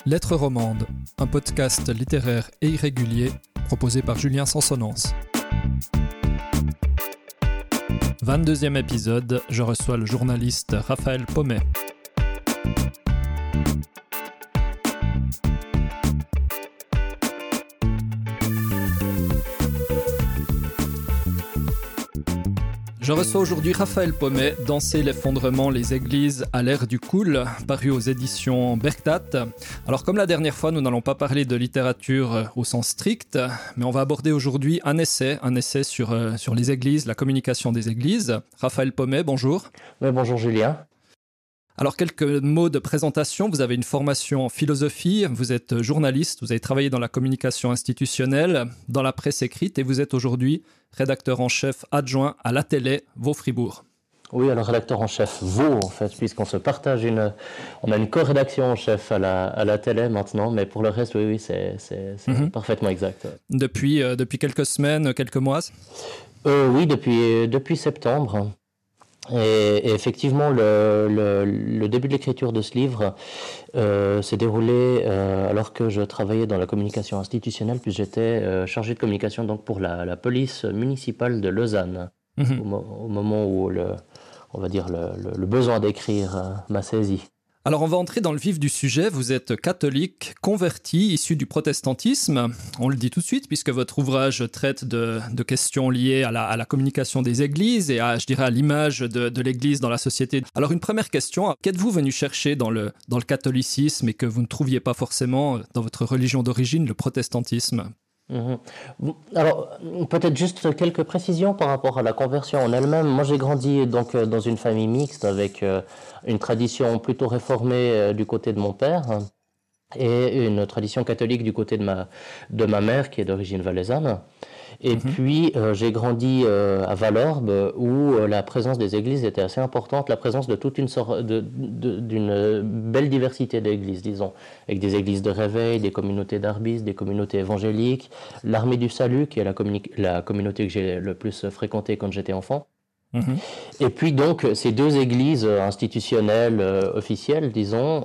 Lettres romandes, un podcast littéraire et irrégulier proposé par Julien Sansonance. 22e épisode, je reçois le journaliste Raphaël Pommet. Je reçois aujourd'hui Raphaël Pommet, Danser l'effondrement, les églises à l'ère du cool, paru aux éditions Bergtatt. Alors comme la dernière fois, nous n'allons pas parler de littérature au sens strict, mais on va aborder aujourd'hui un essai sur les églises, la communication des églises. Raphaël Pommet, bonjour. Oui, bonjour Julien. Alors quelques mots de présentation, vous avez une formation en philosophie, vous êtes journaliste, vous avez travaillé dans la communication institutionnelle, dans la presse écrite et vous êtes aujourd'hui rédacteur en chef adjoint à La Télé, Vaud-Fribourg. Oui, alors rédacteur en chef Vaud en fait, puisqu'on se partage on a une co-rédaction en chef à la Télé maintenant, mais pour le reste, oui, c'est parfaitement exact. Depuis quelques semaines, quelques mois Oui, depuis septembre. Et effectivement, le début de l'écriture de ce livre s'est déroulé alors que je travaillais dans la communication institutionnelle, puis j'étais chargé de communication donc pour la police municipale de Lausanne, au moment où on va dire le besoin d'écrire m'a saisi. Alors on va entrer dans le vif du sujet, vous êtes catholique, converti, issu du protestantisme, on le dit tout de suite puisque votre ouvrage traite de questions liées à la communication des églises et à l'image de l'église dans la société. Alors une première question, qu'êtes-vous venu chercher dans le catholicisme et que vous ne trouviez pas forcément dans votre religion d'origine, le protestantisme ? Alors, peut-être juste quelques précisions par rapport à la conversion en elle-même. Moi, j'ai grandi donc dans une famille mixte avec une tradition plutôt réformée du côté de mon père et une tradition catholique du côté de ma mère qui est d'origine valaisanne. Et puis, j'ai grandi à Valorbe où la présence des églises était assez importante, la présence de toute une sorte d'une belle diversité d'églises, disons, avec des églises de réveil, des communautés d'arbistes, des communautés évangéliques, l'Armée du Salut, qui est la communauté que j'ai le plus fréquentée quand j'étais enfant. Et puis donc, ces deux églises institutionnelles, officielles, disons,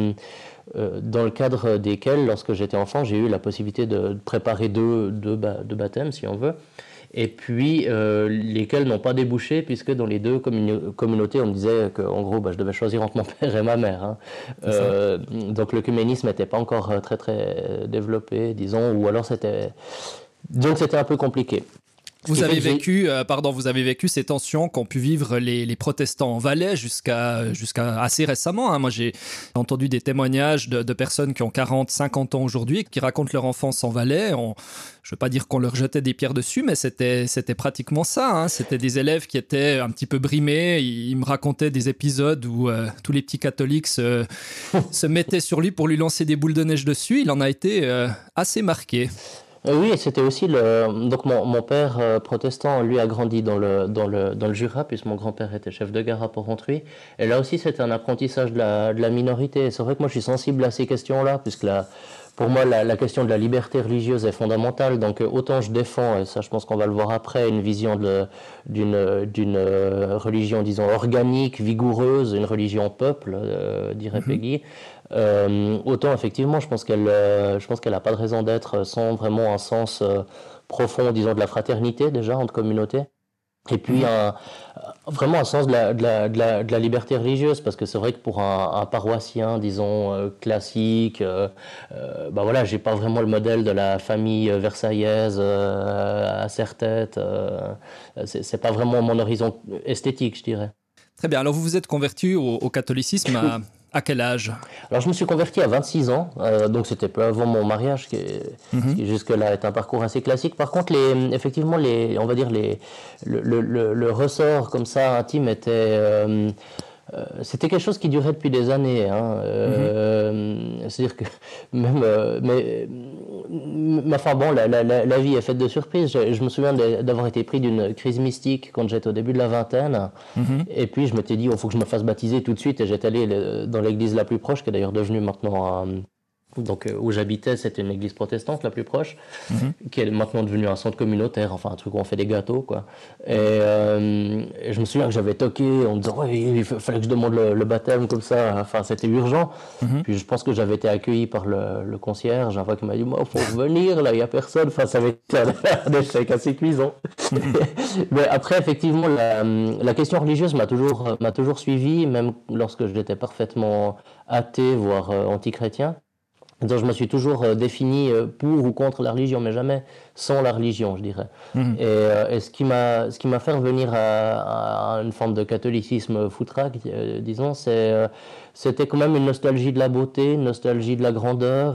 dans le cadre desquels, lorsque j'étais enfant, j'ai eu la possibilité de préparer deux baptêmes, si on veut, et puis lesquels n'ont pas débouché, puisque dans les deux communautés, on me disait qu'en gros, je devais choisir entre mon père et ma mère. Donc l'œcuménisme n'était pas encore très très développé, disons, ou alors c'était un peu compliqué. Vous avez vécu ces tensions qu'ont pu vivre les protestants en Valais jusqu'à assez récemment. Moi, j'ai entendu des témoignages de personnes qui ont 40, 50 ans aujourd'hui, qui racontent leur enfance en Valais. Je ne veux pas dire qu'on leur jetait des pierres dessus, mais c'était pratiquement ça. C'était des élèves qui étaient un petit peu brimés. Ils me racontaient des épisodes où tous les petits catholiques se mettaient sur lui pour lui lancer des boules de neige dessus. Il en a été assez marqué. Oui, et c'était aussi donc mon père protestant, lui, a grandi dans le Jura, puisque mon grand-père était chef de gare à Port-Rentruy. Et là aussi, c'était un apprentissage de la minorité. Et c'est vrai que moi, je suis sensible à ces questions-là, puisque pour moi, la question de la liberté religieuse est fondamentale. Donc, autant je défends, et ça, je pense qu'on va le voir après, une vision d'une religion, disons, organique, vigoureuse, une religion peuple, dirait Peggy. Autant effectivement, je pense qu'elle n'a pas de raison d'être sans vraiment un sens profond, disons, de la fraternité déjà entre communautés. Et puis vraiment un sens de la liberté religieuse, parce que c'est vrai que pour un paroissien, disons, classique, j'ai pas vraiment le modèle de la famille versaillaise à serre-tête. C'est pas vraiment mon horizon esthétique, je dirais. Très bien. Alors vous vous êtes converti au catholicisme à quel âge ? Alors je me suis converti à 26 ans, donc c'était peu avant mon mariage, qui jusque-là est un parcours assez classique. Par contre, on va dire le ressort comme ça intime était c'était quelque chose qui durait depuis des années. C'est-à-dire que même, la vie est faite de surprises. Je me souviens d'avoir été pris d'une crise mystique quand j'étais au début de la vingtaine. Et puis je m'étais dit, il faut que je me fasse baptiser tout de suite. Et j'étais allé dans l'église la plus proche, qui est d'ailleurs devenue maintenant Donc, où j'habitais, c'était une église protestante la plus proche, qui est maintenant devenue un centre communautaire, enfin un truc où on fait des gâteaux, quoi. Et je me souviens que j'avais toqué en me disant, ouais, il fallait que je demande le baptême comme ça, enfin c'était urgent. Puis je pense que j'avais été accueilli par le concierge, une fois qui m'a dit, moi, faut revenir, là, il n'y a personne. Enfin, ça avait été un échec assez cuisant. Mais après, effectivement, la question religieuse m'a toujours suivi, même lorsque j'étais parfaitement athée, voire anti-chrétien. Donc, je me suis toujours défini pour ou contre la religion, mais jamais sans la religion, je dirais. Et ce qui m'a fait revenir à une forme de catholicisme foutraque, disons, c'était quand même une nostalgie de la beauté, une nostalgie de la grandeur,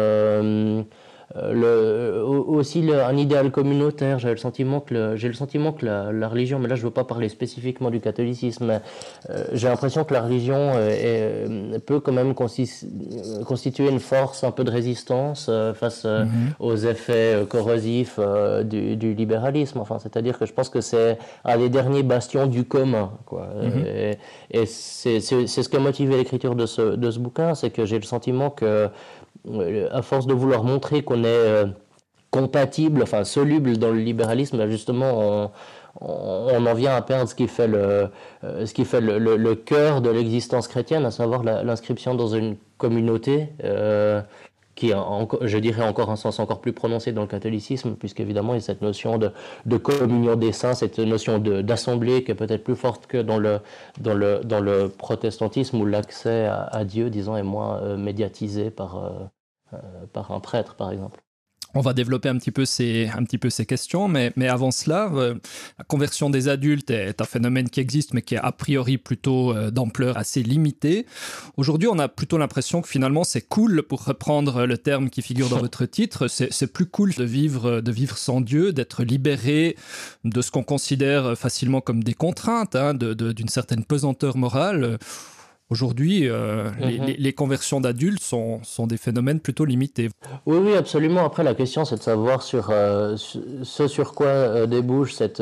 un idéal communautaire. J'ai le sentiment que la religion, mais là je ne veux pas parler spécifiquement du catholicisme, mais j'ai l'impression que la religion peut quand même constituer une force un peu de résistance face aux effets corrosifs du libéralisme. Enfin, c'est-à-dire que je pense que c'est un des derniers bastions du commun, quoi. Et c'est ce qui a motivé l'écriture de ce bouquin, c'est que j'ai le sentiment que à force de vouloir montrer qu'on est compatible, enfin soluble dans le libéralisme, justement, on en vient à perdre ce qui fait le cœur de l'existence chrétienne, à savoir l'inscription dans une communauté qui a, je dirais, encore un sens encore plus prononcé dans le catholicisme, puisqu'évidemment il y a cette notion de communion des saints, cette notion d'assemblée qui est peut-être plus forte que dans le protestantisme, où l'accès à Dieu, disons, est moins médiatisé par un prêtre, par exemple. On va développer un petit peu ces questions, mais avant cela, la conversion des adultes est un phénomène qui existe, mais qui est a priori plutôt d'ampleur assez limitée. Aujourd'hui, on a plutôt l'impression que finalement, c'est cool, pour reprendre le terme qui figure dans votre titre, c'est plus cool de vivre sans Dieu, d'être libéré de ce qu'on considère facilement comme des contraintes, d'une certaine pesanteur morale. Aujourd'hui, les conversions d'adultes sont des phénomènes plutôt limités. Oui, absolument. Après, la question, c'est de savoir ce sur quoi débouche cette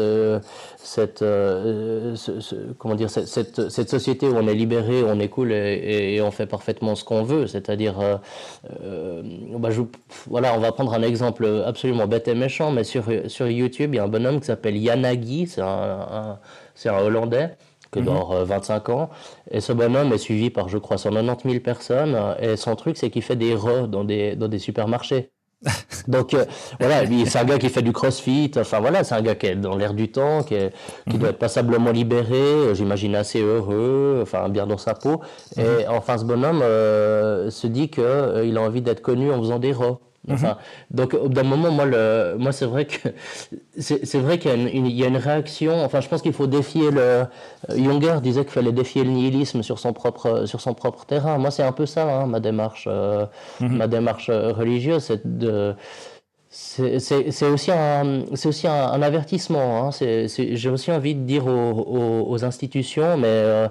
société où on est libéré, on est cool et on fait parfaitement ce qu'on veut. C'est-à-dire, voilà, on va prendre un exemple absolument bête et méchant, mais sur YouTube, il y a un bonhomme qui s'appelle Yanagi, c'est un Hollandais, que dans 25 ans. Et ce bonhomme est suivi par, je crois, 190 000 personnes. Et son truc, c'est qu'il fait des rôles dans des supermarchés. Donc, voilà, lui, c'est un gars qui fait du crossfit. Enfin, voilà, c'est un gars qui est dans l'air du temps, qui doit être passablement libéré, j'imagine assez heureux, enfin, bien dans sa peau. Et enfin, ce bonhomme se dit qu'il a envie d'être connu en faisant des rôles. Enfin, donc d'un moment, moi c'est vrai qu'il y a une réaction. Enfin, je pense qu'il faut défier Junger disait qu'il fallait défier le nihilisme sur son propre terrain. Moi, c'est un peu ça, ma démarche religieuse, c'est aussi un avertissement. J'ai aussi envie de dire aux institutions, mais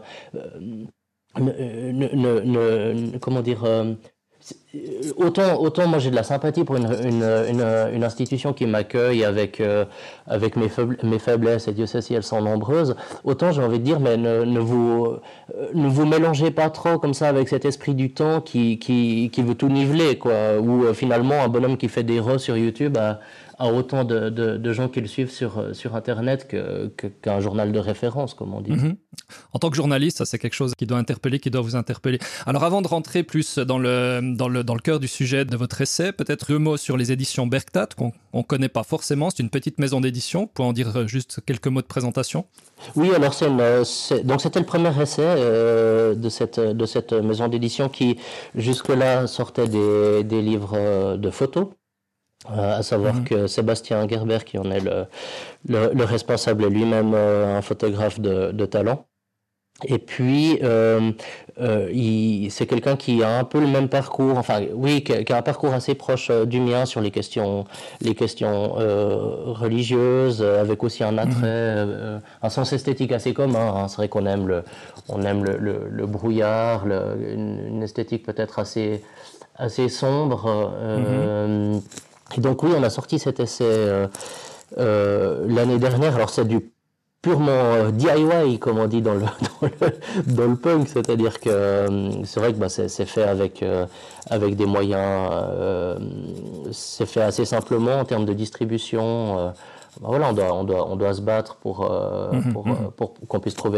comment dire. Autant moi j'ai de la sympathie pour une institution qui m'accueille avec mes faiblesses, et Dieu sait si elles sont nombreuses, autant j'ai envie de dire, mais ne vous mélangez pas trop comme ça avec cet esprit du temps qui veut tout niveler, quoi, où finalement un bonhomme qui fait des rows sur YouTube a autant de gens qui le suivent sur Internet qu'un journal de référence, comme on dit. En tant que journaliste, ça c'est quelque chose qui doit vous interpeller. Alors avant de rentrer plus dans le cœur du sujet de votre essai, peut-être deux mots sur les éditions Bergtatt, qu'on ne connaît pas forcément. C'est une petite maison d'édition. Vous pouvez en dire juste quelques mots de présentation? Oui, alors donc c'était le premier essai de cette maison d'édition qui jusque-là sortait des livres de photos. À savoir que Sébastien Gerber, qui en est le responsable, est lui-même un photographe de talent. Et puis, c'est quelqu'un qui a un peu le même parcours, enfin oui, qui a un parcours assez proche du mien sur les questions religieuses, avec aussi un attrait, un sens esthétique assez commun. C'est vrai qu'on aime le brouillard, une esthétique peut-être assez sombre. Et donc oui, on a sorti cet essai l'année dernière. Alors c'est du purement DIY, comme on dit dans le punk, c'est-à-dire que c'est vrai que c'est fait avec des moyens, c'est fait assez simplement en termes de distribution. Voilà, on doit se battre pour qu'on puisse trouver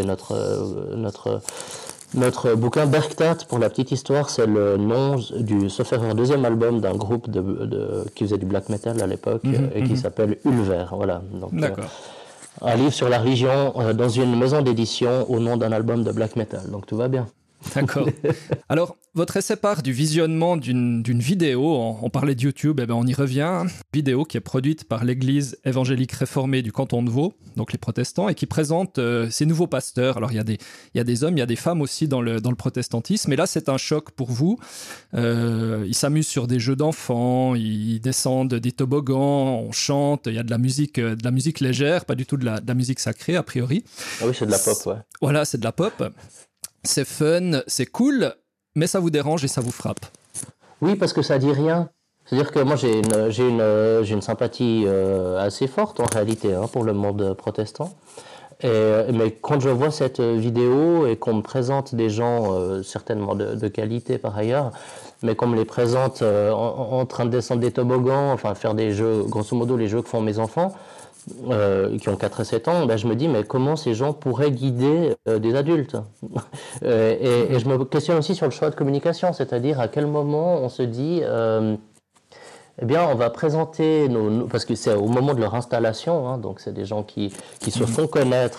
notre bouquin. Bergtat, pour la petite histoire, c'est le nom sauf erreur, deuxième album d'un groupe qui faisait du black metal à l'époque et qui s'appelle Ulver. Voilà. Donc, d'accord. Un livre sur la religion dans une maison d'édition au nom d'un album de black metal. Donc tout va bien. D'accord. Alors, votre essai part du visionnement d'une vidéo, on parlait de YouTube, et ben on y revient, vidéo qui est produite par l'Église évangélique réformée du canton de Vaud, donc les protestants, et qui présente ces nouveaux pasteurs. Alors, il y a des hommes, il y a des femmes aussi dans le protestantisme, et là, c'est un choc pour vous. Ils s'amusent sur des jeux d'enfants, ils descendent des toboggans, on chante, il y a de la musique légère, pas du tout de la musique sacrée, a priori. Ah oui, c'est de la pop, ouais. Voilà, c'est de la pop. C'est fun, c'est cool, mais ça vous dérange et ça vous frappe. Oui, parce que ça dit rien. C'est-à-dire que moi, j'ai une sympathie assez forte en réalité pour le monde protestant. Mais quand je vois cette vidéo et qu'on me présente des gens certainement de qualité par ailleurs, mais qu'on me les présente en train de descendre des toboggans, enfin faire des jeux, grosso modo les jeux que font mes enfants, qui ont 4 et 7 ans, ben je me dis, mais comment ces gens pourraient guider des adultes et je me questionne aussi sur le choix de communication, c'est-à-dire à quel moment on se dit, eh bien, on va présenter parce que c'est au moment de leur installation, donc c'est des gens qui se font connaître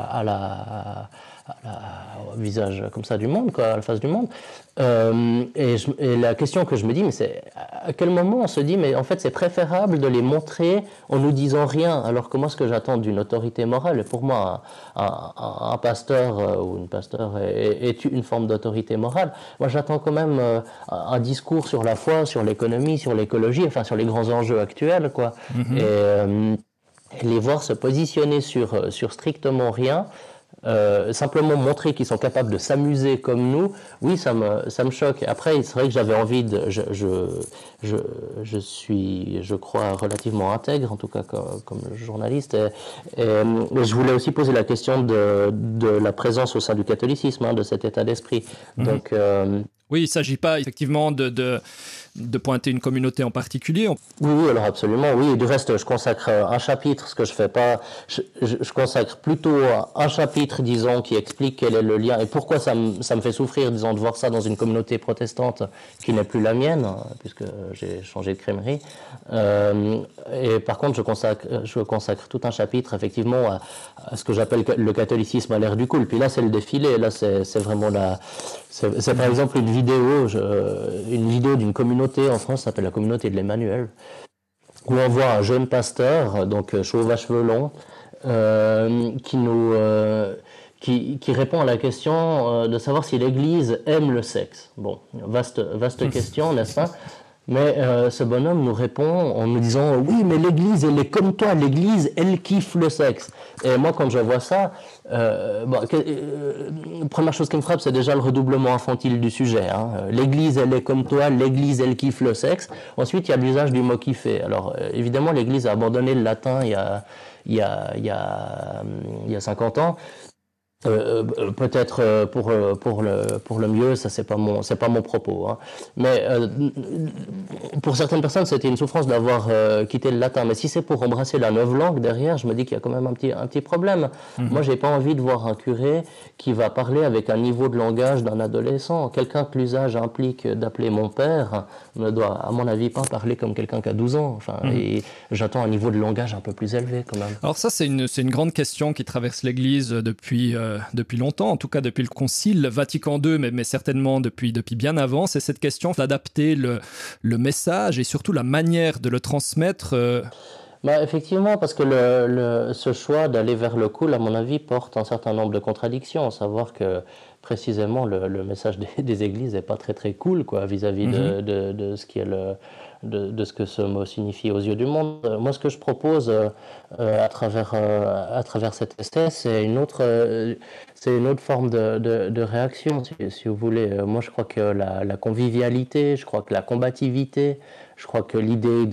au visage comme ça du monde, quoi, à la face du monde. Et la question que je me dis, mais c'est à quel moment on se dit, mais en fait c'est préférable de les montrer en nous disant rien, alors comment est-ce que j'attends d'une autorité morale? Et pour moi, un pasteur ou une pasteur est une forme d'autorité morale. Moi j'attends quand même un discours sur la foi, sur l'économie, sur l'écologie, enfin sur les grands enjeux actuels, quoi. Et les voir se positionner sur strictement rien, simplement montrer qu'ils sont capables de s'amuser comme nous, oui, ça me choque. Après, c'est vrai que j'avais envie je suis, je crois, relativement intègre, en tout cas comme journaliste, et je voulais aussi poser la question de la présence au sein du catholicisme, de cet état d'esprit. Donc, oui, il ne s'agit pas effectivement de pointer une communauté en particulier. Oui, alors absolument, oui. Du reste, je consacre un chapitre, ce que je fais pas, je consacre plutôt un chapitre, disons, qui explique quel est le lien et pourquoi ça me fait souffrir, disons, de voir ça dans une communauté protestante qui n'est plus la mienne, puisque j'ai changé de crèmerie. Et par contre, je consacre tout un chapitre, effectivement, à ce que j'appelle le catholicisme à l'ère du cool. Puis là, c'est le défilé. Là, c'est vraiment c'est par exemple une vidéo d'une communauté en France, ça s'appelle la communauté de l'Emmanuel, où on voit un jeune pasteur, donc chauve à cheveux longs, qui répond à la question de savoir si l'Église aime le sexe. Bon, vaste question, n'est-ce pas? Mais ce bonhomme nous répond en nous disant « Oui, mais l'Église, elle est comme toi, l'Église, elle kiffe le sexe. » Et moi, quand je vois ça, première chose qui me frappe, c'est déjà le redoublement infantile du sujet. L'Église, elle est comme toi, l'Église, elle kiffe le sexe. Ensuite, il y a l'usage du mot kiffer. Alors, évidemment, l'Église a abandonné le latin il y a 50 ans. Peut-être pour le mieux, ça c'est pas mon propos, mais pour certaines personnes c'était une souffrance d'avoir quitté le latin, mais si c'est pour embrasser la novlangue derrière, je me dis qu'il y a quand même un petit problème. Moi j'ai pas envie de voir un curé qui va parler avec un niveau de langage d'un adolescent. Quelqu'un que l'usage implique d'appeler mon père ne doit à mon avis pas parler comme quelqu'un qui a 12 ans, et j'attends un niveau de langage un peu plus élevé quand même. Alors ça c'est une grande question qui traverse l'Église depuis longtemps, en tout cas depuis le Concile Vatican II, mais certainement depuis bien avant, c'est cette question d'adapter le message et surtout la manière de le transmettre. Effectivement, parce que ce choix d'aller vers le cool, à mon avis, porte un certain nombre de contradictions, à savoir que précisément le message des églises n'est pas très très cool, quoi, vis-à-vis de ce qui est de ce que ce mot signifie aux yeux du monde. Moi, ce que je propose à travers cet essai, c'est une autre forme de réaction, si vous voulez. Moi, je crois que la convivialité, je crois que la combativité, je crois que l'idée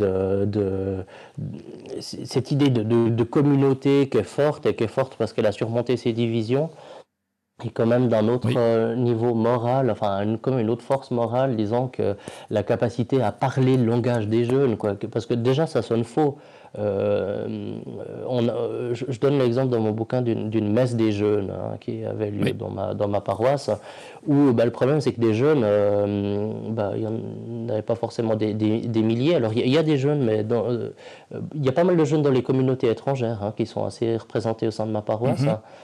cette idée de communauté qui est forte, et qui est forte parce qu'elle a surmonté ses divisions, et quand même d'un autre niveau moral, enfin comme une autre force morale, disons que la capacité à parler le langage des jeunes, quoi, parce que déjà ça sonne faux. Je donne l'exemple dans mon bouquin d'une messe des jeunes qui avait lieu dans ma paroisse, où le problème c'est que des jeunes, il n'y en avait pas forcément des milliers. Alors il y a des jeunes, mais il y a pas mal de jeunes dans les communautés étrangères qui sont assez représentés au sein de ma paroisse.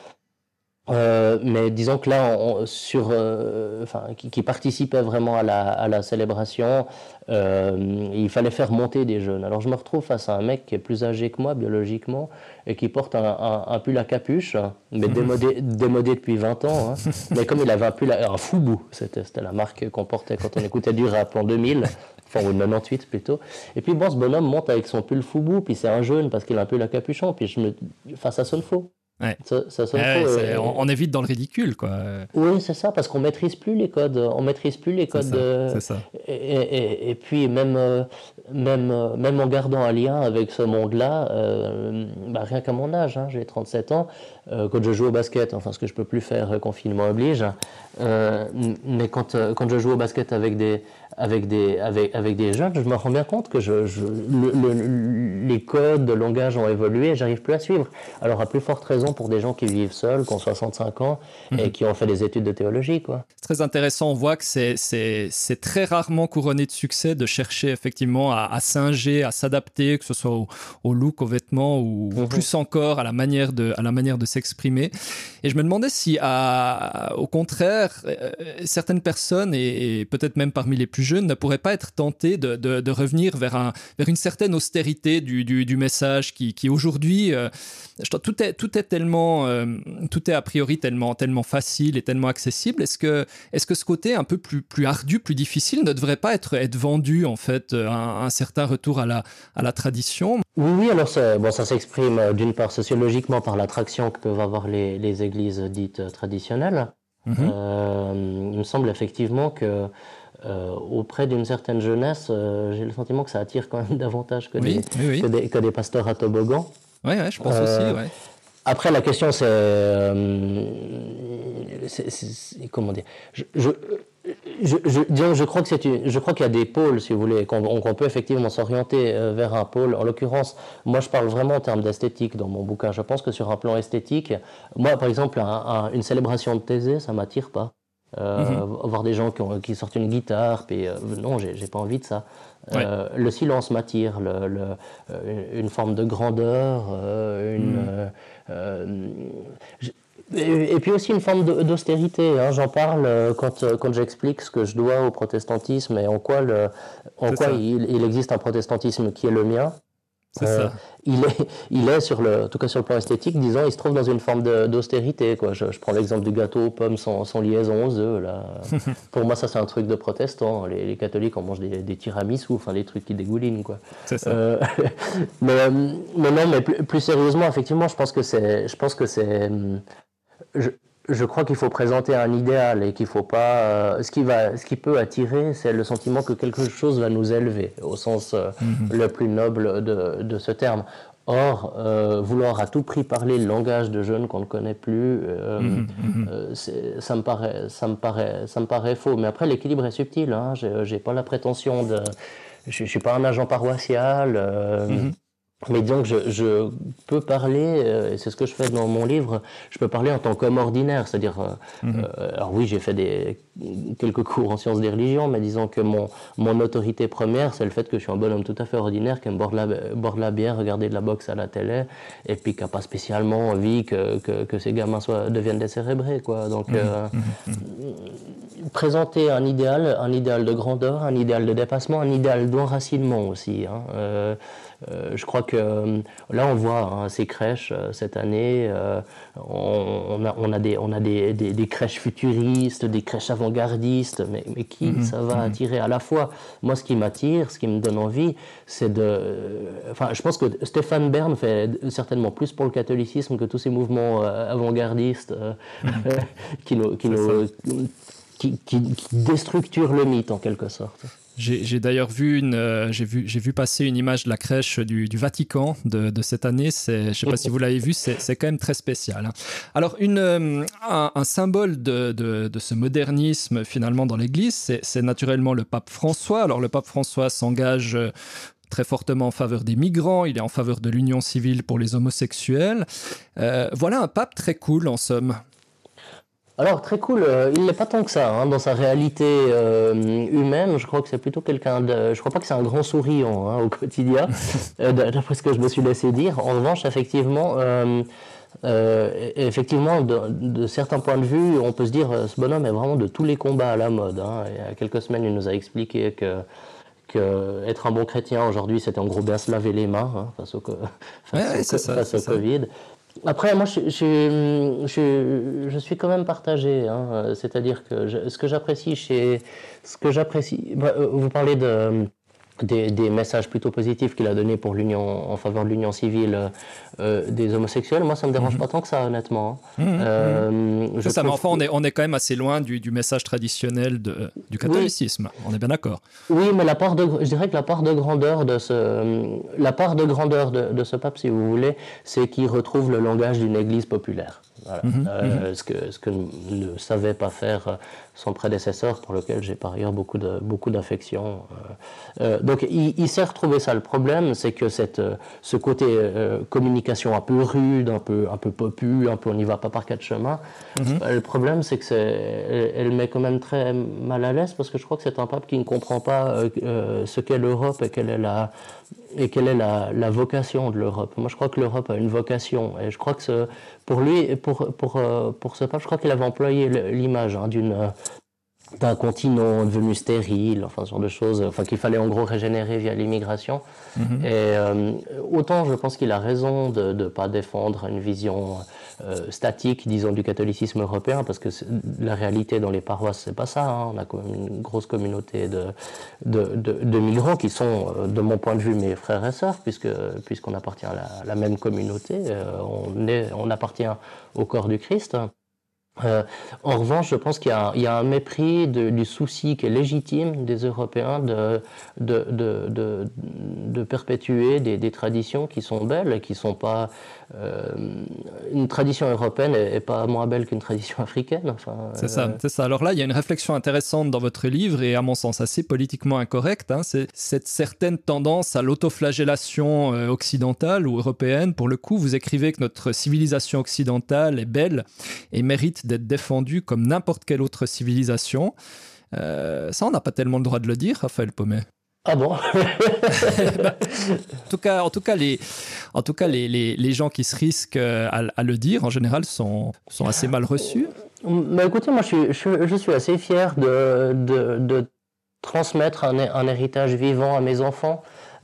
Mais disons que là, qui participait vraiment à la célébration, il fallait faire monter des jeunes. Alors je me retrouve face à un mec qui est plus âgé que moi biologiquement et qui porte un pull à capuche, mais démodé depuis 20 ans. Mais comme il avait un foubou, c'était la marque qu'on portait quand on écoutait du rap en 2000. Enfin, ou 98 plutôt. Et puis bon, ce bonhomme monte avec son pull foubou, puis c'est un jeune parce qu'il a un pull à capuchon, puis ça sonne faux. Ouais. Ça sonne faux. On est vite dans le ridicule, quoi. Oui, c'est ça, parce qu'on maîtrise plus les codes. C'est ça. Et puis même en gardant un lien avec ce monde-là, rien qu'à mon âge, j'ai 37 ans, quand je joue au basket, enfin ce que je peux plus faire, confinement oblige, mais quand je joue au basket avec des jeunes, je me rends bien compte que les codes de langage ont évolué et j'arrive plus à suivre. Alors à plus forte raison pour des gens qui vivent seuls, qui ont 65 ans et qui ont fait des études de théologie, quoi. C'est très intéressant, on voit que c'est très rarement couronné de succès de chercher effectivement à singer, à s'adapter, que ce soit au look, aux vêtements ou plus encore à la manière de s'exprimer. Et je me demandais si, au contraire, certaines personnes, et peut-être même parmi les plus jeunes, ne pourraient pas être tentées de revenir vers une certaine austérité du message qui aujourd'hui, tout est tellement, tout est a priori tellement facile et tellement accessible. Est-ce que ce côté un peu plus ardu, plus difficile, ne devrait pas être vendu en fait un certain retour à la tradition? Oui, alors ça s'exprime d'une part sociologiquement par l'attraction que peuvent avoir les églises dites traditionnelles. Il me semble effectivement que auprès d'une certaine jeunesse, j'ai le sentiment que ça attire quand même davantage que des pasteurs à toboggan. Oui, je pense aussi. Ouais. Après, la question, c'est comment dire. Je crois qu'il y a des pôles, si vous voulez, qu'on peut effectivement s'orienter vers un pôle. En l'occurrence, moi, je parle vraiment en termes d'esthétique dans mon bouquin. Je pense que sur un plan esthétique, moi, par exemple, une célébration de Thésée, ça m'attire pas. Voir des gens qui sortent une guitare, puis non, j'ai pas envie de ça. Le silence m'attire, une forme de grandeur, et puis aussi une forme d'austérité. J'en parle quand j'explique ce que je dois au protestantisme et en quoi il existe un protestantisme qui est le mien. Il est en tout cas sur le plan esthétique, disons, il se trouve dans une forme d'austérité, quoi. Je prends l'exemple du gâteau aux pommes sans liaison aux œufs, là. Pour moi, ça c'est un truc de protestant. Les catholiques, on mange des tiramisu, enfin des trucs qui dégoulinent, quoi. C'est ça. Mais plus sérieusement, effectivement, je crois qu'il faut présenter un idéal et qu'il faut pas. Ce qui peut attirer, c'est le sentiment que quelque chose va nous élever, au sens le plus noble de ce terme. Or, vouloir à tout prix parler le langage de jeunes qu'on ne connaît plus, ça me paraît faux. Mais après, l'équilibre est subtil. J'ai pas la prétention je suis pas un agent paroissial. Mais donc je peux parler, et c'est ce que je fais dans mon livre, je peux parler en tant qu'homme ordinaire, c'est-à-dire, alors oui, j'ai fait quelques cours en sciences des religions, mais disons que mon autorité première, c'est le fait que je suis un bonhomme tout à fait ordinaire, qui aime boire de la bière, regarder de la boxe à la télé, et puis qui n'a pas spécialement envie que ces gamins deviennent décérébrés, quoi. Donc, présenter un idéal de grandeur, un idéal de dépassement, un idéal d'enracinement aussi, je crois que là, on voit ces crèches cette année. On a des crèches futuristes, des crèches avant-gardistes, mais qui ça va attirer à la fois? Moi, ce qui m'attire, ce qui me donne envie, c'est Enfin, je pense que Stéphane Bern fait certainement plus pour le catholicisme que tous ces mouvements avant-gardistes qui déstructurent le mythe en quelque sorte. J'ai d'ailleurs vu j'ai vu passer une image de la crèche du Vatican de cette année. Je ne sais pas si vous l'avez vu, c'est quand même très spécial. Alors, un symbole de ce modernisme finalement dans l'Église, c'est naturellement le pape François. Alors, le pape François s'engage très fortement en faveur des migrants, il est en faveur de l'union civile pour les homosexuels. Voilà un pape très cool en somme. Alors, très cool, il n'est pas tant que ça, dans sa réalité humaine, je crois que c'est plutôt je crois pas que c'est un grand souriant au quotidien, d'après ce que je me suis laissé dire. En revanche, effectivement, de certains points de vue, on peut se dire, ce bonhomme est vraiment de tous les combats à la mode. Il y a quelques semaines, il nous a expliqué que être un bon chrétien aujourd'hui, c'était en gros bien se laver les mains face au Covid. Après, moi, je suis quand même partagé. C'est-à-dire que ce que j'apprécie, vous parlez des messages plutôt positifs qu'il a donnés pour l'union, en faveur de l'union civile des homosexuels. Moi, ça me dérange pas tant que ça, honnêtement. C'est ça, mais enfin, on est quand même assez loin du message traditionnel du catholicisme. Oui. On est bien d'accord. Oui, mais je dirais que la part de grandeur de ce pape, si vous voulez, c'est qu'il retrouve le langage d'une église populaire. Voilà. Ce que ne savait pas faire son prédécesseur, pour lequel j'ai par ailleurs beaucoup d'affection. Donc il sait retrouver ça. Le problème, c'est que ce côté communication un peu rude, un peu popu, un peu on n'y va pas par quatre chemins, le problème, c'est que elle met quand même très mal à l'aise, parce que je crois que c'est un pape qui ne comprend pas ce qu'est l'Europe et quelle est la vocation de l'Europe. Moi, je crois que l'Europe a une vocation, et je crois que pour lui, pour ce pape, je crois qu'il avait employé l'image d'un continent devenu stérile, enfin ce genre de choses, qu'il fallait en gros régénérer via l'immigration. Et autant je pense qu'il a raison de ne pas défendre une vision statique, disons, du catholicisme européen, parce que la réalité dans les paroisses, c'est pas ça. On a quand même une grosse communauté de migrants qui sont, de mon point de vue, mes frères et sœurs, puisqu'on appartient à la même communauté, on appartient au corps du Christ. En revanche, je pense qu'il y a un mépris du souci qui est légitime des Européens de perpétuer des traditions qui sont belles et qui ne sont pas... une tradition européenne n'est pas moins belle qu'une tradition africaine. C'est ça. Alors là, il y a une réflexion intéressante dans votre livre, et à mon sens assez politiquement incorrecte. C'est cette certaine tendance à l'autoflagellation occidentale ou européenne. Pour le coup, vous écrivez que notre civilisation occidentale est belle et mérite d'être défendue comme n'importe quelle autre civilisation. Ça, on n'a pas tellement le droit de le dire, Raphaël Pommet. Ah bon? En tout cas, les gens qui se risquent à le dire, en général, sont assez mal reçus. Mais écoutez, moi, je suis assez fier de transmettre un héritage vivant à mes enfants.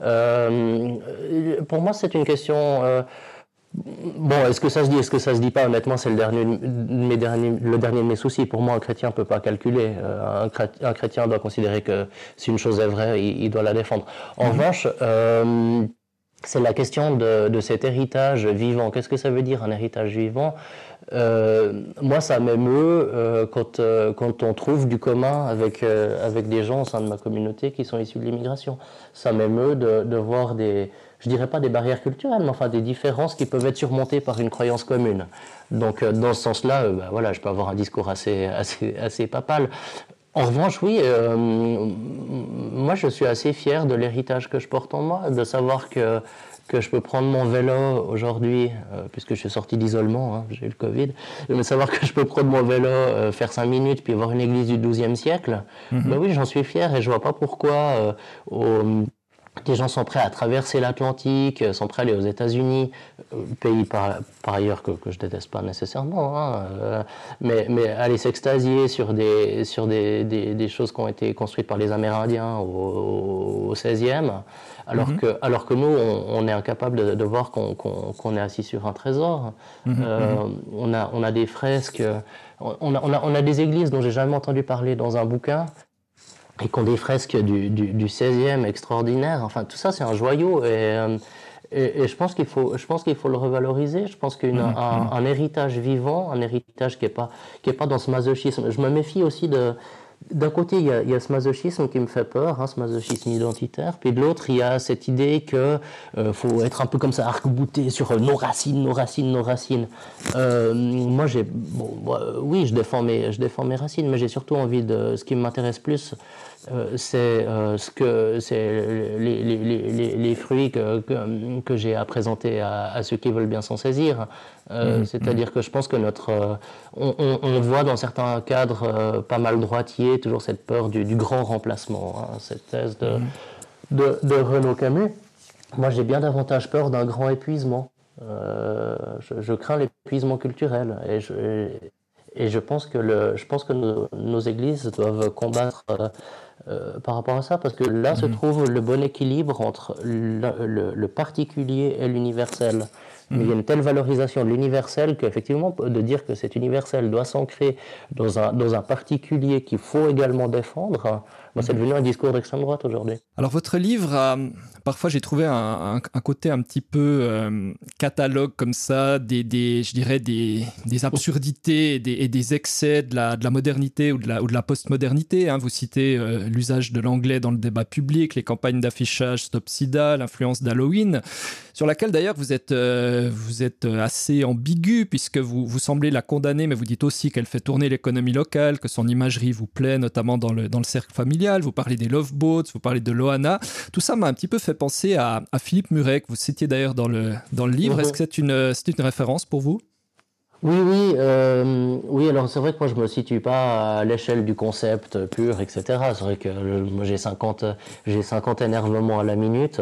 Pour moi, c'est une question... Bon, est-ce que ça se dit, est-ce que ça se dit pas? Honnêtement, c'est le dernier de mes soucis. Pour moi, un chrétien peut pas calculer. Un chrétien doit considérer que si une chose est vraie, il doit la défendre. En revanche, c'est la question de cet héritage vivant. Qu'est-ce que ça veut dire, un héritage vivant? Moi, ça m'émeut quand on trouve du commun avec des gens au sein de ma communauté qui sont issus de l'immigration. Ça m'émeut de voir je dirais pas des barrières culturelles, mais enfin des différences qui peuvent être surmontées par une croyance commune. Donc, dans ce sens-là, voilà, je peux avoir un discours assez papal. En revanche, oui, moi, je suis assez fier de l'héritage que je porte en moi, de savoir que je peux prendre mon vélo aujourd'hui, puisque je suis sorti d'isolement, j'ai eu le Covid, mais savoir que je peux prendre mon vélo, faire 5 minutes, puis voir une église du XIIe siècle, ben oui, j'en suis fier, et je vois pas pourquoi Des gens sont prêts à traverser l'Atlantique, sont prêts à aller aux États-Unis, pays par ailleurs que je déteste pas nécessairement, hein, mais aller s'extasier sur des choses qui ont été construites par les Amérindiens au XVIe, alors que nous, on est incapable de voir qu'on est assis sur un trésor. On a des fresques, on a des églises dont j'ai jamais entendu parler dans un bouquin, et qui ont des fresques du 16e extraordinaires. Enfin, tout ça, c'est un joyau. Et je pense qu'il faut le revaloriser. Je pense qu'un héritage vivant, un héritage qui est pas dans ce masochisme. Je me méfie aussi d'un côté, il y a ce masochisme qui me fait peur, hein, ce masochisme identitaire. Puis de l'autre, il y a cette idée que faut être un peu comme ça, arc-bouté sur nos racines. Moi, oui, je défends mes racines, mais j'ai surtout envie de. Ce qui m'intéresse plus, c'est les fruits que j'ai à présenter à ceux qui veulent bien s'en saisir. C'est-à-dire que je pense que on voit dans certains cadres pas mal droitiers toujours cette peur du grand remplacement, hein, cette thèse de Renaud Camus. Moi, j'ai bien davantage peur d'un grand épuisement. Je crains l'épuisement culturel et je pense que nos églises doivent combattre par rapport à ça, parce que là se trouve le bon équilibre entre le particulier et l'universel. Mais il y a une telle valorisation de l'universel qu'effectivement, de dire que cet universel doit s'ancrer dans un particulier qu'il faut également défendre, c'est devenu un discours d'extrême droite aujourd'hui. Alors votre livre a, parfois j'ai trouvé un côté un petit peu catalogue comme ça, je dirais des absurdités et des excès de la modernité ou de la postmodernité. Hein. Vous citez l'usage de l'anglais dans le débat public, les campagnes d'affichage Stop Sida, l'influence d'Halloween, sur laquelle d'ailleurs vous êtes assez ambigu, puisque vous semblez la condamner, mais vous dites aussi qu'elle fait tourner l'économie locale, que son imagerie vous plaît, notamment dans le cercle familial. Vous parlez des Love Boats, vous parlez de Loana. Tout ça m'a un petit peu fait penser à Philippe Muret, que vous citiez d'ailleurs dans le livre. Est-ce que c'est une référence pour vous ? Oui, alors c'est vrai que moi je me situe pas à l'échelle du concept pur, etc. C'est vrai que moi j'ai 50 énervements à la minute,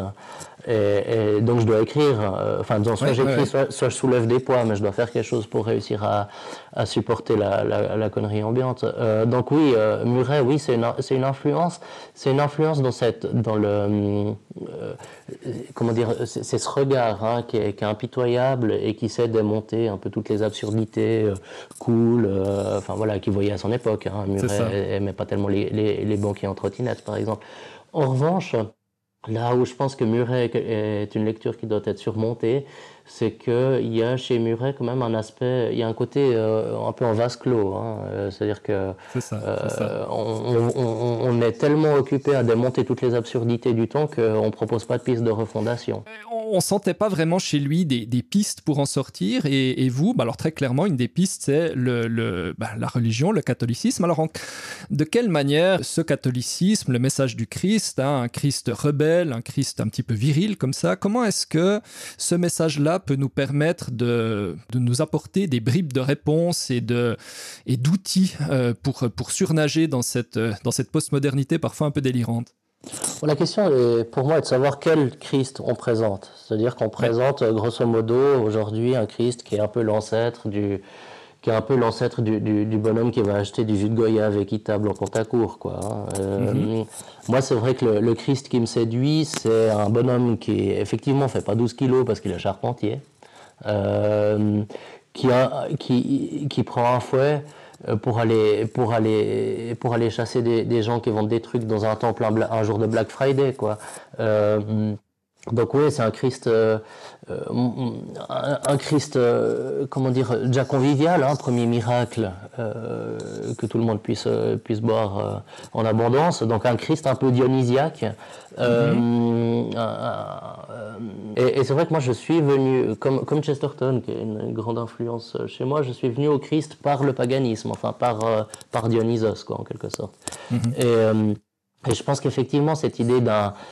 et donc je dois écrire, soit j'écris, soit je soulève des poids, mais je dois faire quelque chose pour réussir à supporter la connerie ambiante. Donc oui, Muret, oui, c'est une influence dans le comment dire, c'est ce regard, hein, qui est impitoyable et qui sait démonter un peu toutes les absurdités cool, qu'il voyait à son époque. Hein. Muret n'aimait pas tellement les banquiers en trottinette, par exemple. En revanche, là où je pense que Muret est une lecture qui doit être surmontée, c'est qu'il y a chez Muret quand même un aspect, il y a un côté un peu en vase clos, hein, c'est-à-dire que on est tellement occupé à démonter toutes les absurdités du temps qu'on ne propose pas de piste de refondation. On ne sentait pas vraiment chez lui des pistes pour en sortir, et vous, alors très clairement, une des pistes, c'est la religion, le catholicisme. Alors de quelle manière ce catholicisme, le message du Christ, hein, un Christ rebelle, un Christ un petit peu viril comme ça, comment est-ce que ce message-là peut nous permettre de nous apporter des bribes de réponses et d'outils pour surnager dans cette postmodernité parfois un peu délirante? La question pour moi est de savoir quel Christ on présente. C'est-à-dire qu'on présente grosso modo aujourd'hui un Christ qui est un peu l'ancêtre du bonhomme qui va acheter du jus de goyave équitable en compte à court, quoi. Moi, c'est vrai que le Christ qui me séduit, c'est un bonhomme qui effectivement fait pas 12 kilos parce qu'il est charpentier, qui prend un fouet pour aller chasser des gens qui vendent des trucs dans un temple un jour de Black Friday, quoi. Donc oui, c'est un Christ, comment dire, déjà convivial, hein, premier miracle, que tout le monde puisse boire en abondance. Donc un Christ un peu dionysiaque. Et c'est vrai que moi je suis venu, comme Chesterton, qui est une grande influence chez moi, je suis venu au Christ par le paganisme, enfin par Dionysos, quoi, en quelque sorte. Et je pense qu'effectivement cette idée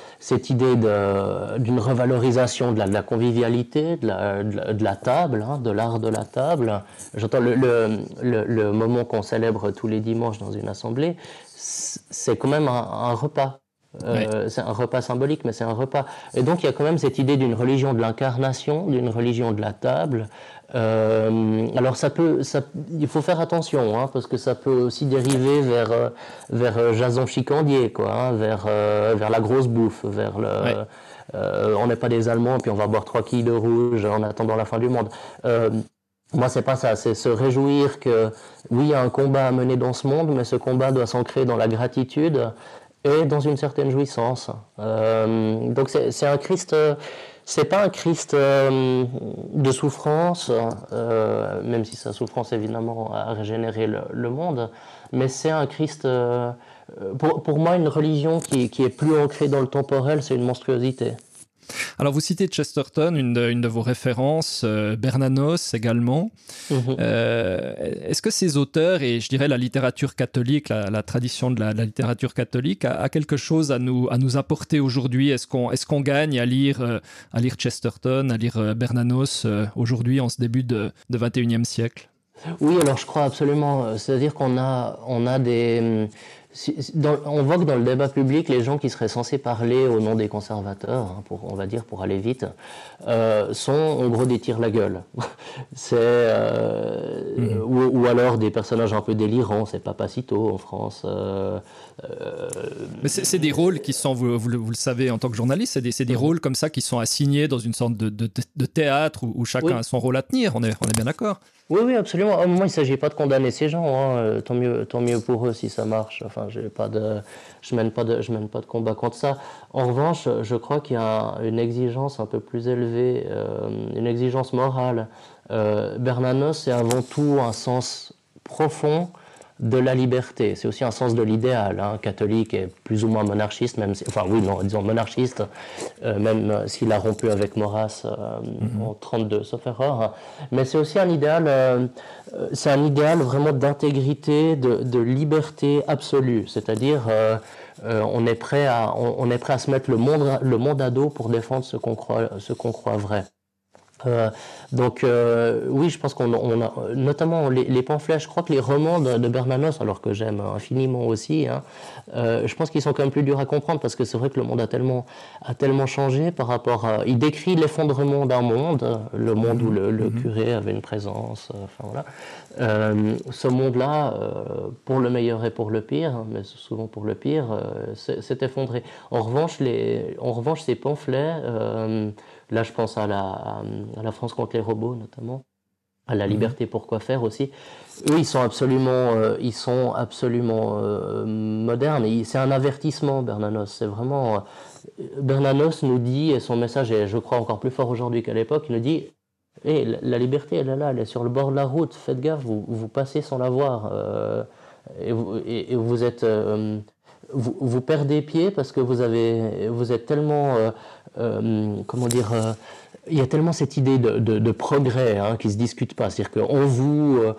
d'une revalorisation de la convivialité, de la table, hein, de l'art de la table. J'entends le moment qu'on célèbre tous les dimanches dans une assemblée, c'est quand même un repas. C'est un repas symbolique, mais c'est un repas. Et donc il y a quand même cette idée d'une religion de l'incarnation, d'une religion de la table. Alors il faut faire attention, hein, parce que ça peut aussi dériver vers Jason Chicandier, quoi, hein, vers la grosse bouffe, vers le. Ouais. On n'est pas des Allemands, puis on va boire 3 quilles de rouge en attendant la fin du monde. Moi, c'est pas ça. C'est se réjouir que, oui, il y a un combat à mener dans ce monde, mais ce combat doit s'ancrer dans la gratitude et dans une certaine jouissance. Donc, c'est un Christ. C'est pas un Christ de souffrance, même si sa souffrance évidemment a régénéré le monde, mais c'est un Christ. Pour moi, une religion qui est plus ancrée dans le temporel, c'est une monstruosité. Alors, vous citez Chesterton, une de vos références, Bernanos également. Est-ce que ces auteurs, et je dirais la littérature catholique, la tradition de la littérature catholique, a quelque chose à nous apporter aujourd'hui? Est-ce qu'on gagne à lire Chesterton, à lire Bernanos aujourd'hui, en ce début de 21e siècle? Oui, alors je crois absolument. C'est-à-dire qu'on a des... on voit que dans le débat public, les gens qui seraient censés parler au nom des conservateurs, hein, on va dire pour aller vite, sont en gros des tire-la-gueule. Ou alors des personnages un peu délirants, c'est Papacito en France. Mais c'est des rôles qui sont, vous le savez en tant que journaliste, c'est des rôles comme ça qui sont assignés dans une sorte de théâtre où chacun a son rôle à tenir, on est bien d'accord? Oui, absolument. Moi, il ne s'agit pas de condamner ces gens. Hein. Tant mieux pour eux si ça marche. Enfin, je mène pas de combat contre ça. En revanche, je crois qu'il y a une exigence un peu plus élevée, une exigence morale. Bernanos, c'est avant tout un sens profond de la liberté. C'est aussi un sens de l'idéal, hein, catholique et plus ou moins monarchiste, disons monarchiste, même s'il a rompu avec Maurras en 32, sauf erreur. Mais c'est aussi un idéal vraiment d'intégrité, de liberté absolue. C'est-à-dire, on est prêt à se mettre le monde à dos pour défendre ce qu'on croit vrai. Oui, je pense qu'on a notamment les pamphlets. Je crois que les romans de Bernanos, alors que j'aime infiniment aussi, hein, je pense qu'ils sont quand même plus durs à comprendre parce que c'est vrai que le monde a tellement changé par rapport à. Il décrit l'effondrement d'un monde, le monde où le curé avait une présence. Enfin voilà. Ce monde-là, pour le meilleur et pour le pire, mais souvent pour le pire, s'est effondré. En revanche, ces pamphlets. Là, je pense à la France contre les robots, notamment, à la liberté pourquoi faire aussi. Eux, ils sont absolument modernes. C'est un avertissement, Bernanos. C'est vraiment Bernanos nous dit, et son message est, je crois, encore plus fort aujourd'hui qu'à l'époque. Il nous dit la liberté, elle est là, elle est sur le bord de la route. Faites gaffe, vous passez sans la voir, et vous êtes vous perdez pied parce que vous êtes tellement il y a tellement cette idée de progrès, hein, qui se discute pas. C'est-à-dire qu'on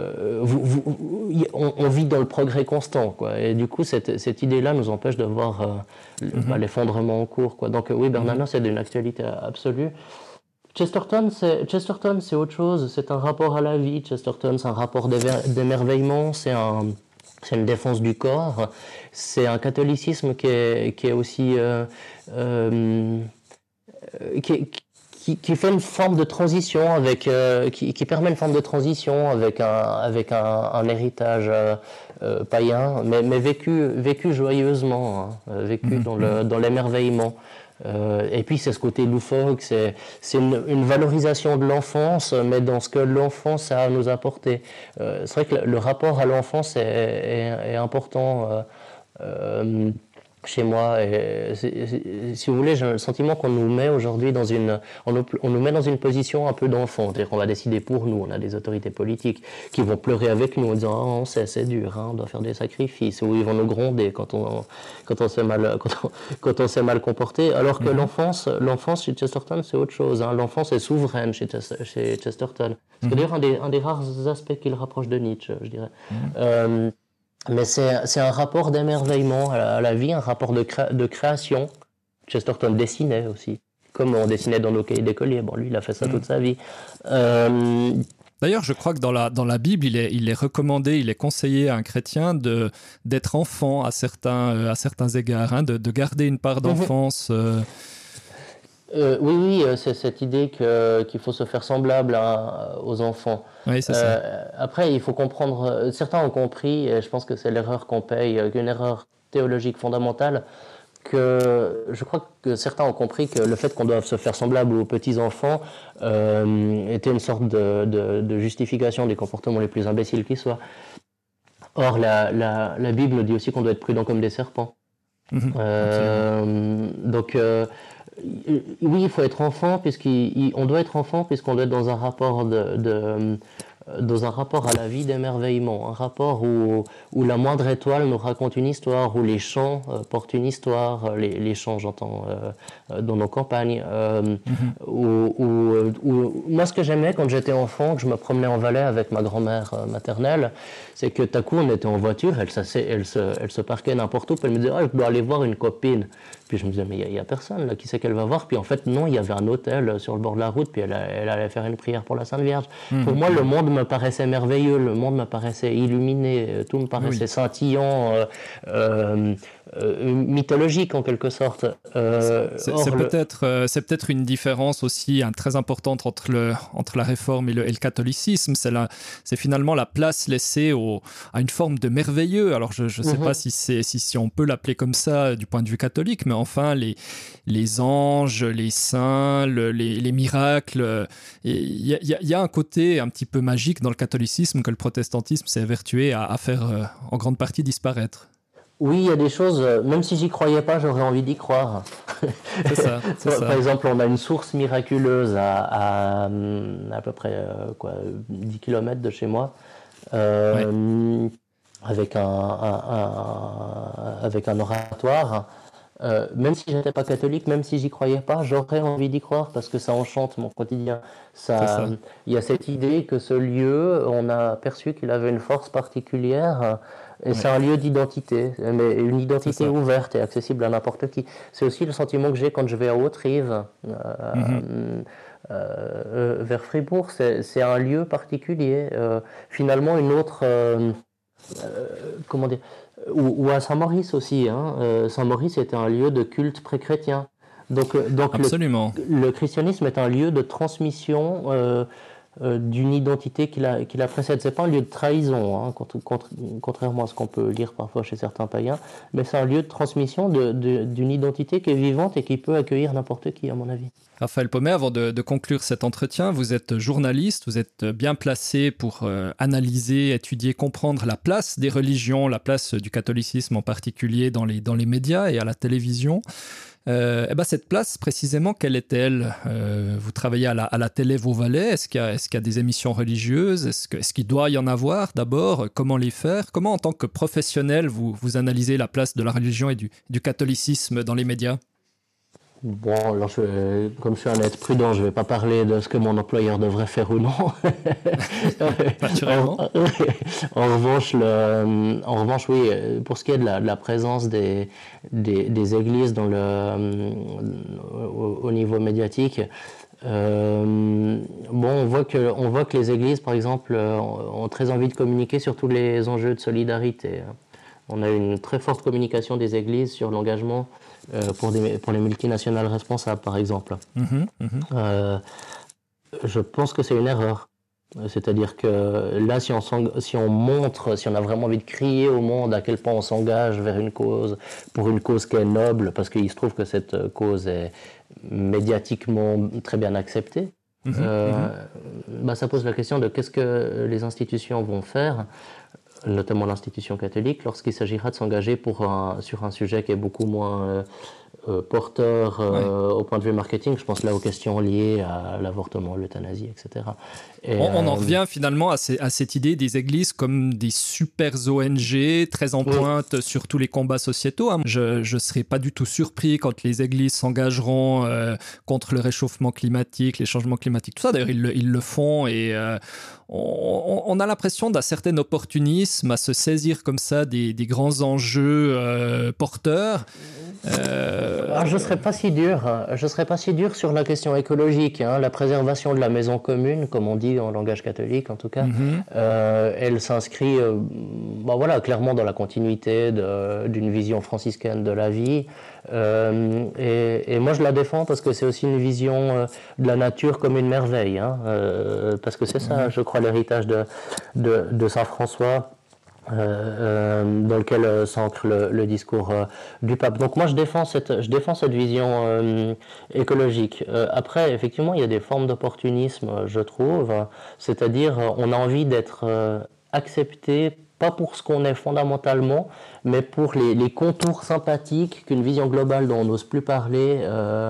on vit dans le progrès constant, quoi. Et du coup, cette idée-là nous empêche de voir l'effondrement en cours, quoi. Donc oui, Bernanos, c'est d'une actualité absolue. Chesterton, c'est autre chose. C'est un rapport à la vie. Chesterton, c'est un rapport d'émerveillement. C'est une défense du corps. C'est un catholicisme qui est aussi qui fait une forme de transition qui permet une forme de transition avec un héritage païen, mais vécu joyeusement, hein, vécu dans l'émerveillement. Et puis c'est ce côté loufoque, c'est une valorisation de l'enfance, mais dans ce que l'enfance a à nous apporter. C'est vrai que le rapport à l'enfance est important chez moi. Et si vous voulez, j'ai le sentiment qu'on nous met aujourd'hui on nous met dans une position un peu d'enfant. C'est-à-dire qu'on va décider pour nous. On a des autorités politiques qui vont pleurer avec nous en disant oh, c'est dur, hein, on doit faire des sacrifices, ou ils vont nous gronder quand on s'est mal comporté. Alors que l'enfance chez Chesterton, c'est autre chose. Hein. L'enfance est souveraine chez Chesterton. C'est d'ailleurs un des rares aspects qui le rapproche de Nietzsche, je dirais. Mais c'est un rapport d'émerveillement à la vie, un rapport de création. Chesterton dessinait aussi, comme on dessinait dans nos cahiers d'écolier. Bon, lui, il a fait ça toute sa vie. D'ailleurs, je crois que dans la Bible, il est recommandé, il est conseillé à un chrétien d'être enfant à certains égards, hein, de garder une part d'enfance. Oui, c'est cette idée qu'il faut se faire semblable aux enfants. Oui, c'est ça. Après, il faut comprendre, certains ont compris, et je pense que c'est l'erreur qu'on paye, une erreur théologique fondamentale, que je crois que certains ont compris que le fait qu'on doive se faire semblable aux petits-enfants était une sorte de justification des comportements les plus imbéciles qui soient. Or, la Bible dit aussi qu'on doit être prudent comme des serpents. Donc, oui, il faut être enfant, on doit être enfant puisqu'on doit être dans un rapport dans un rapport à la vie d'émerveillement, un rapport où la moindre étoile nous raconte une histoire, où les champs portent une histoire, les champs j'entends dans nos campagnes, moi ce que j'aimais quand j'étais enfant, que je me promenais en Valais avec ma grand-mère maternelle, c'est que tout à coup on était en voiture, elle se parquait n'importe où, puis elle me disait « je dois aller voir une copine ». Puis je me disais, mais il n'y a personne là, qui sait qu'elle va voir. Puis en fait, non, il y avait un hôtel sur le bord de la route, puis elle allait faire une prière pour la Sainte Vierge. Pour moi, le monde me paraissait merveilleux, le monde me paraissait illuminé, tout me paraissait scintillant, mythologique en quelque sorte. C'est peut-être une différence aussi très importante entre la Réforme et le catholicisme. C'est finalement la place laissée à une forme de merveilleux. Alors je ne sais pas si on peut l'appeler comme ça du point de vue catholique, mais enfin les anges, les saints, les miracles. Il y a un côté un petit peu magique dans le catholicisme que le protestantisme s'est évertué à faire en grande partie disparaître. Oui, il y a des choses, même si j'y croyais pas, j'aurais envie d'y croire. C'est ça. Par exemple, on a une source miraculeuse à peu près 10 km de chez moi, avec un oratoire. Même si j'étais pas catholique, même si j'y croyais pas, j'aurais envie d'y croire parce que ça enchante mon quotidien. Il y a cette idée que ce lieu, on a perçu qu'il avait une force particulière. Et c'est un lieu d'identité, mais une identité ouverte et accessible à n'importe qui. C'est aussi le sentiment que j'ai quand je vais à Haute-Rive, vers Fribourg. C'est un lieu particulier. Finalement, une autre... comment dire, ou à Saint-Maurice aussi. Saint-Maurice était un lieu de culte pré-chrétien. Donc absolument. Le christianisme est un lieu de transmission d'une identité qui la précède. C'est pas un lieu de trahison, contrairement à ce qu'on peut lire parfois chez certains païens, mais c'est un lieu de transmission d'une identité qui est vivante et qui peut accueillir n'importe qui, à mon avis. Raphaël Pommet, avant de conclure cet entretien, vous êtes journaliste, vous êtes bien placé pour analyser, étudier, comprendre la place des religions, la place du catholicisme en particulier dans les médias et à la télévision. Cette place, précisément, quelle est-elle ? Vous travaillez à la télé Vaud-Valais. Est-ce qu'il y a des émissions religieuses ? Est-ce qu'il doit y en avoir d'abord ? Comment les faire ? Comment, en tant que professionnel, vous analysez la place de la religion et du catholicisme dans les médias ? Bon, alors comme je suis un être prudent, je ne vais pas parler de ce que mon employeur devrait faire ou non. Naturellement. En revanche, oui, pour ce qui est de la présence des églises au niveau médiatique, on voit que les églises, par exemple, ont très envie de communiquer sur tous les enjeux de solidarité. On a une très forte communication des églises sur l'engagement pour les multinationales responsables, par exemple. Je pense que c'est une erreur. C'est-à-dire que là, si on a vraiment envie de crier au monde à quel point on s'engage pour une cause qui est noble, parce qu'il se trouve que cette cause est médiatiquement très bien acceptée, ça pose la question de qu'est-ce que les institutions vont faire, notamment l'institution catholique, lorsqu'il s'agira de s'engager sur un sujet qui est beaucoup moins porteur au point de vue marketing. Je pense là aux questions liées à l'avortement, l'euthanasie, etc. On en revient finalement à cette idée des églises comme des super ONG très en pointe sur tous les combats sociétaux. Je ne serais pas du tout surpris quand les églises s'engageront contre le réchauffement climatique, les changements climatiques, tout ça. D'ailleurs, ils le font et on a l'impression d'un certain opportunisme à se saisir comme ça des grands enjeux porteurs. Je ne serais pas si dur. Je serais pas si dur sur la question écologique. La préservation de la maison commune, comme on dit en langage catholique en tout cas, elle s'inscrit clairement dans la continuité d'une vision franciscaine de la vie. Et moi je la défends parce que c'est aussi une vision de la nature comme une merveille. Parce que c'est ça, je crois, l'héritage de Saint François. Dans lequel s'ancre le discours du pape. Donc moi je défends cette vision écologique. Après, effectivement, il y a des formes d'opportunisme, je trouve, c'est-à-dire on a envie d'être accepté, pas pour ce qu'on est fondamentalement, mais pour les contours sympathiques qu'une vision globale dont on n'ose plus parler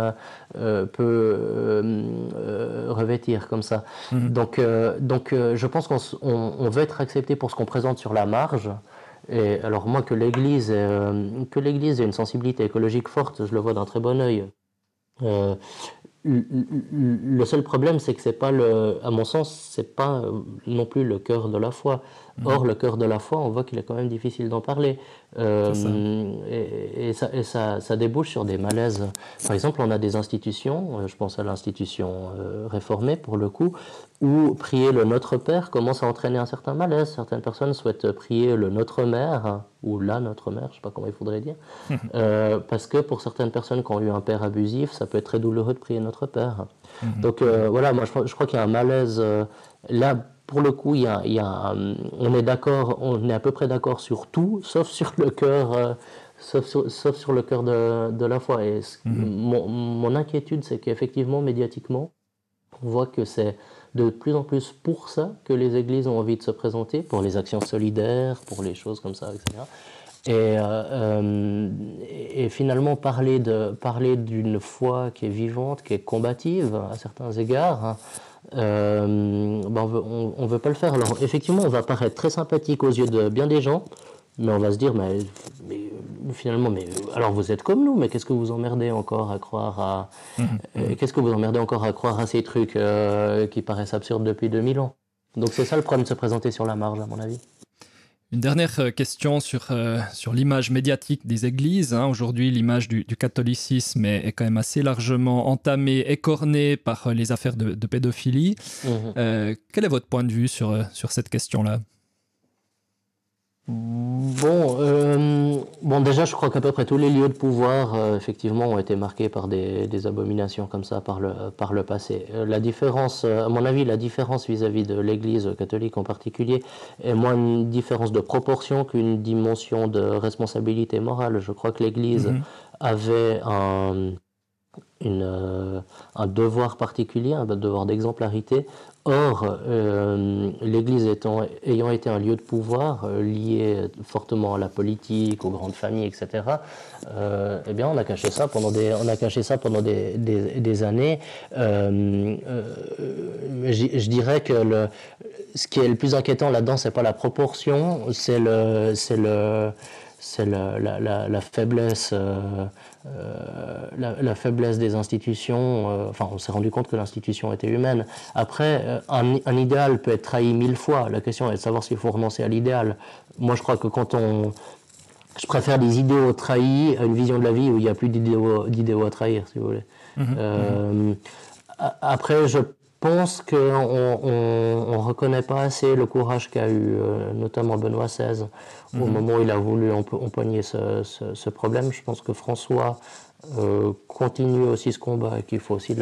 peut revêtir comme ça. Donc, je pense qu'on veut être accepté pour ce qu'on présente sur la marge. Et alors moi, que l'Église ait une sensibilité écologique forte, je le vois d'un très bon œil. Le seul problème, c'est que c'est pas à mon sens, c'est pas non plus le cœur de la foi. Or, le cœur de la foi, on voit qu'il est quand même difficile d'en parler. Et ça débouche sur des malaises. Par exemple, on a des institutions, je pense à l'institution réformée pour le coup, où prier le Notre Père commence à entraîner un certain malaise. Certaines personnes souhaitent prier le Notre Mère, ou la Notre Mère, je ne sais pas comment il faudrait dire, parce que pour certaines personnes qui ont eu un père abusif, ça peut être très douloureux de prier Notre Père. Donc voilà, moi je crois qu'il y a un malaise là. Pour le coup, on est d'accord, on est à peu près d'accord sur tout, sauf sur le cœur, sauf sur le cœur de la foi. Et mon inquiétude, c'est qu'effectivement, médiatiquement, on voit que c'est de plus en plus pour ça que les églises ont envie de se présenter, pour les actions solidaires, pour les choses comme ça, etc. Et finalement, parler d'une foi qui est vivante, qui est combative à certains égards, on veut pas le faire. Alors effectivement, on va paraître très sympathique aux yeux de bien des gens, mais on va se dire, mais finalement, alors vous êtes comme nous, mais qu'est-ce que vous emmerdez encore à croire à ces trucs qui paraissent absurdes depuis 2000 ans. Donc c'est ça le problème de se présenter sur la marge, à mon avis. Une dernière question sur l'image médiatique des églises. Aujourd'hui, l'image du catholicisme est quand même assez largement entamée, écornée par les affaires de pédophilie. Quel est votre point de vue sur cette question-là ? Bon, déjà, je crois qu'à peu près tous les lieux de pouvoir, effectivement, ont été marqués par des abominations comme ça par le passé. La différence, à mon avis, vis-à-vis de l'Église catholique en particulier, est moins une différence de proportion qu'une dimension de responsabilité morale. Je crois que l'Église avait un devoir particulier, un devoir d'exemplarité. Or, l'Église ayant été un lieu de pouvoir lié fortement à la politique, aux grandes familles, etc., eh bien, on a caché ça pendant des années. Je dirais que ce qui est le plus inquiétant là-dedans, c'est pas la proportion, c'est la faiblesse. La faiblesse des institutions, on s'est rendu compte que l'institution était humaine. Après, un idéal peut être trahi 1000 fois. La question est de savoir s'il faut renoncer à l'idéal. Moi, je crois que je préfère des idéaux trahis à une vision de la vie où il n'y a plus d'idéaux à trahir, si vous voulez. Après, je pense qu'on ne reconnaît pas assez le courage qu'a eu notamment Benoît XVI au moment où il a voulu empoigner ce problème. Je pense que François continue aussi ce combat et qu'il faut aussi le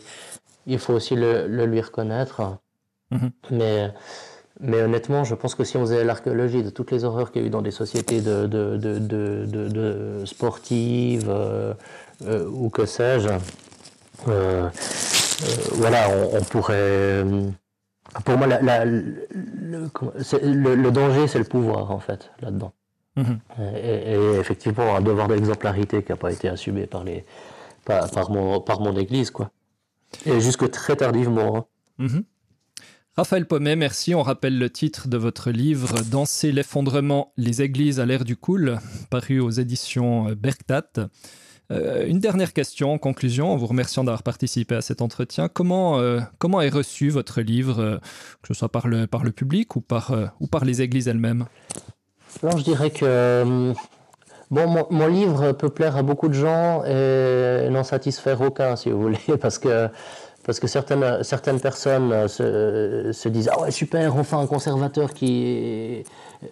lui reconnaître. Mais honnêtement, je pense que si on faisait l'archéologie de toutes les horreurs qu'il y a eu dans des sociétés de sportives ou que sais-je, on pourrait. Pour moi, le danger, c'est le pouvoir, en fait, là-dedans. Et effectivement, un devoir d'exemplarité qui n'a pas été assumé par mon Église, quoi. Et jusque très tardivement. Raphaël Pommet, merci. On rappelle le titre de votre livre « Danser l'effondrement, les églises à l'ère du cool », paru aux éditions Bergtatt. Une dernière question en conclusion, en vous remerciant d'avoir participé à cet entretien. Comment est reçu votre livre, que ce soit par le public ou par les églises elles-mêmes ? Alors je dirais que Bon, mon livre peut plaire à beaucoup de gens et n'en satisfaire aucun, si vous voulez, parce que certaines personnes se disent ah ouais super, enfin un conservateur qui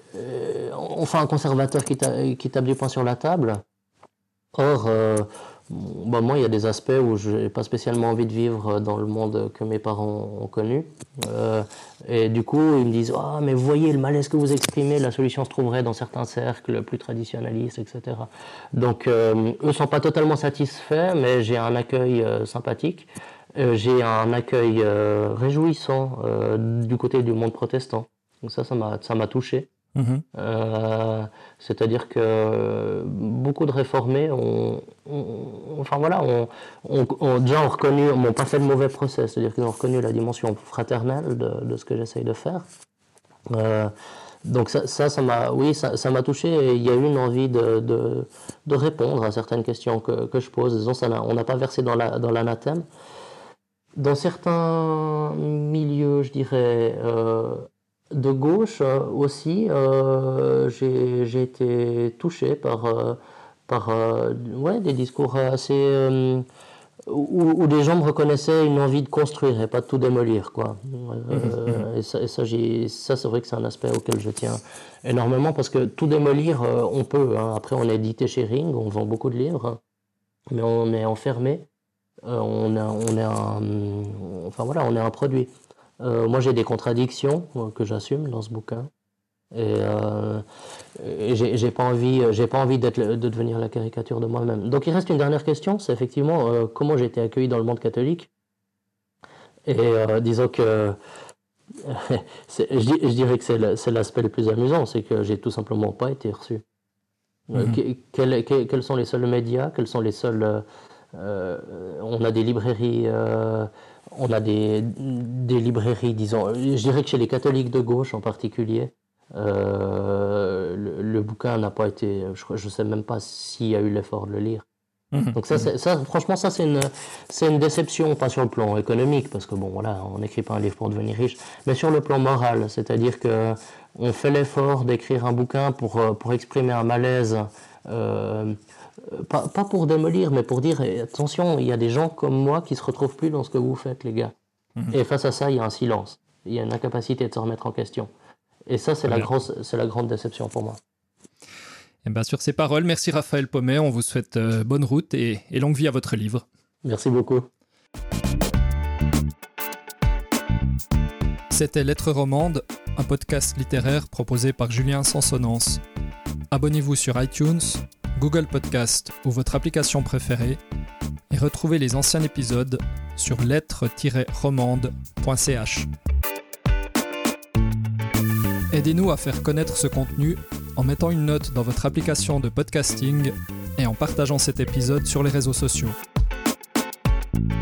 tape du poing sur la table. Or, moi, il y a des aspects où je n'ai pas spécialement envie de vivre dans le monde que mes parents ont connu. Et du coup, ils me disent ah mais vous voyez le malaise que vous exprimez, la solution se trouverait dans certains cercles plus traditionnalistes, etc. Donc, eux ne sont pas totalement satisfaits, mais j'ai un accueil sympathique. J'ai un accueil réjouissant du côté du monde protestant. Donc ça m'a touché. C'est-à-dire que beaucoup de réformés ont reconnu, m'ont pas fait de mauvais procès, c'est-à-dire qu'ils ont reconnu la dimension fraternelle de ce que j'essaye de faire. Donc ça m'a touché et il y a eu une envie de répondre à certaines questions que je pose. Disons, on n'a pas versé dans l'anathème. Dans certains milieux, je dirais, de gauche aussi, j'ai été touché par des discours assez où des gens me reconnaissaient une envie de construire et pas de tout démolir, quoi. Et ça c'est vrai que c'est un aspect auquel je tiens énormément parce que tout démolir, on peut. Hein. Après, on est édité chez Ring, on vend beaucoup de livres, mais on est enfermé. On est un produit. Moi, j'ai des contradictions que j'assume dans ce bouquin, et j'ai pas envie de devenir la caricature de moi-même. Donc, il reste une dernière question, c'est effectivement comment j'ai été accueilli dans le monde catholique. Et disons que je dirais que c'est l'aspect le plus amusant, c'est que j'ai tout simplement pas été reçu. Quels sont les seuls médias, quels sont les seuls on a des librairies, disons, je dirais que chez les catholiques de gauche en particulier, le bouquin n'a pas été, je sais même pas s'il y a eu l'effort de le lire. Donc franchement, c'est une déception, pas sur le plan économique, parce que bon, voilà, on n'écrit pas un livre pour devenir riche, mais sur le plan moral, c'est-à-dire que on fait l'effort d'écrire un bouquin pour exprimer un malaise. Pas pour démolir, mais pour dire attention, il y a des gens comme moi qui se retrouvent plus dans ce que vous faites, les gars. Et face à ça, il y a un silence, il y a une incapacité de se remettre en question. Et ça, c'est la grande déception pour moi. Et bien, sur ces paroles, merci Raphaël Pommet, on vous souhaite bonne route et longue vie à votre livre. Merci beaucoup. C'était Lettres romandes, un podcast littéraire proposé par Julien Sansonance. Abonnez-vous sur iTunes, Google Podcast ou votre application préférée et retrouvez les anciens épisodes sur lettres-romandes.ch. Aidez-nous à faire connaître ce contenu en mettant une note dans votre application de podcasting et en partageant cet épisode sur les réseaux sociaux.